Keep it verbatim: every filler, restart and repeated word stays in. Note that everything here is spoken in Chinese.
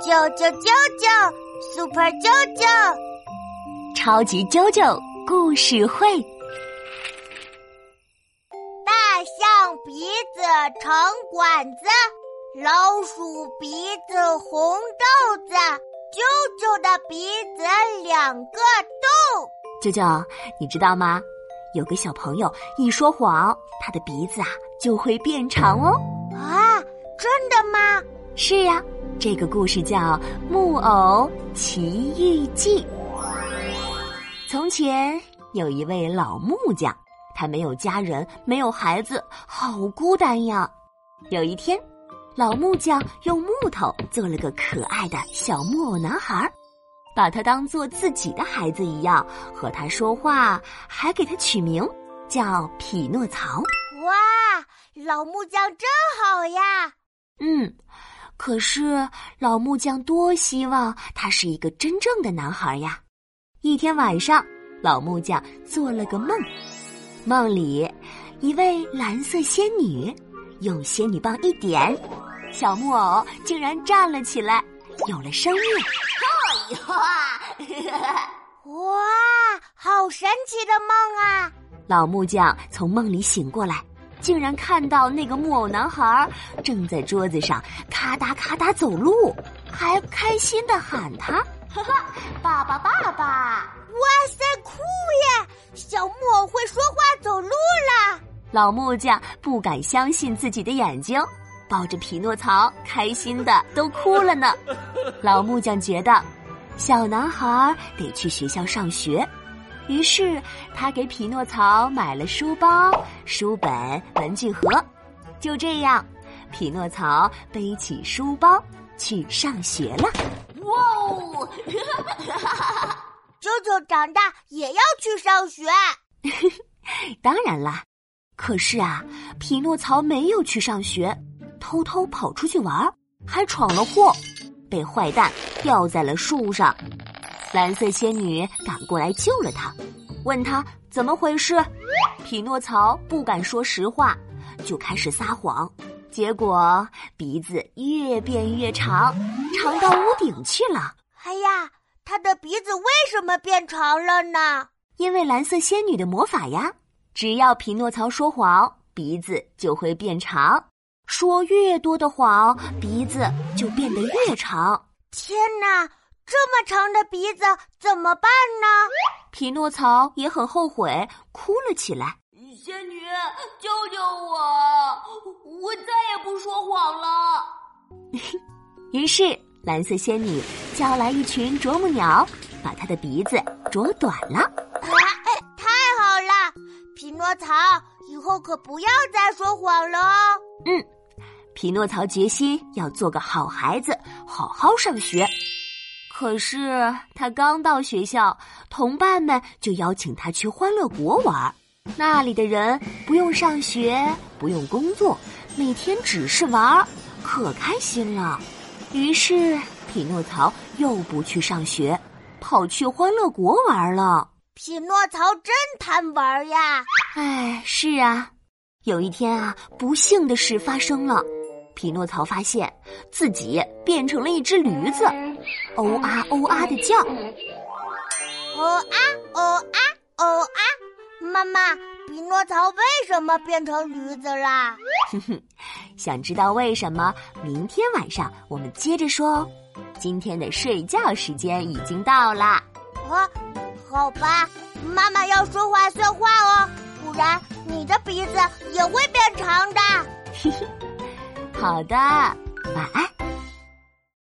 啾啾啾啾 ，Super 啾啾， 超级啾啾故事会。 大象鼻子长管子，老鼠鼻子红豆子，啾啾的鼻子两个洞。 啾啾，你知道吗？有个小朋友一说谎，他的鼻子啊就会变长哦。 啊，真的吗？ 是呀，这个故事叫《木偶奇遇记》。从前有一位老木匠，他没有家人，没有孩子，好孤单呀。有一天，老木匠用木头做了个可爱的小木偶男孩，把他当作自己的孩子一样，和他说话，还给他取名叫匹诺曹。 哇，老木匠真好呀！ 嗯，可是老木匠多希望他是一个真正的男孩呀。一天晚上，老木匠做了个梦，梦里一位蓝色仙女用仙女棒一点，小木偶竟然站了起来，有了生命。 哇，好神奇的梦啊！ 老木匠从梦里醒过来，竟然看到那个木偶男孩正在桌子上咔嗒咔嗒走路，还开心地喊他哈哈，爸爸爸爸！ 哇塞，酷耶！小木偶会说话走路了。 老木匠不敢相信自己的眼睛，抱着匹诺曹开心的都哭了呢。老木匠觉得小男孩得去学校上学，于是他给匹诺曹买了书包、书本、文具盒。就这样，匹诺曹背起书包去上学了。哇哦！ 啾啾长大也要去上学。 当然啦，可是啊，匹诺曹没有去上学，偷偷跑出去玩，还闯了祸，被坏蛋吊在了树上。蓝色仙女赶过来救了他，问他怎么回事。匹诺曹不敢说实话，就开始撒谎，结果鼻子越变越长，长到屋顶去了。 哎呀，他的鼻子为什么变长了呢？ 因为蓝色仙女的魔法呀，只要匹诺曹说谎，鼻子就会变长，说越多的谎，鼻子就变得越长。 天哪，这么长的鼻子怎么办呢？ 匹诺曹也很后悔，哭了起来。 仙女，救救我，我再也不说谎了。 于是蓝色仙女叫来一群啄木鸟，把她的鼻子啄短了。 啊，太好了！匹诺曹，以后可不要再说谎了哦。 嗯，匹诺曹决心要做个好孩子，好好上学。可是他刚到学校，同伴们就邀请他去欢乐国玩。那里的人不用上学，不用工作，每天只是玩，可开心了。于是匹诺曹又不去上学，跑去欢乐国玩了。 匹诺曹真贪玩呀！ 哎，是啊。有一天啊，不幸的事发生了。匹诺曹发现自己变成了一只驴子，哦啊哦啊的叫。 哦啊哦啊哦啊！妈妈，匹诺曹为什么变成驴子啦？ 哼哼，想知道为什么？明天晚上我们接着说哦。今天的睡觉时间已经到啦。 啊，好吧，妈妈要说话算话哦，不然你的鼻子也会变长的。 好的，晚安。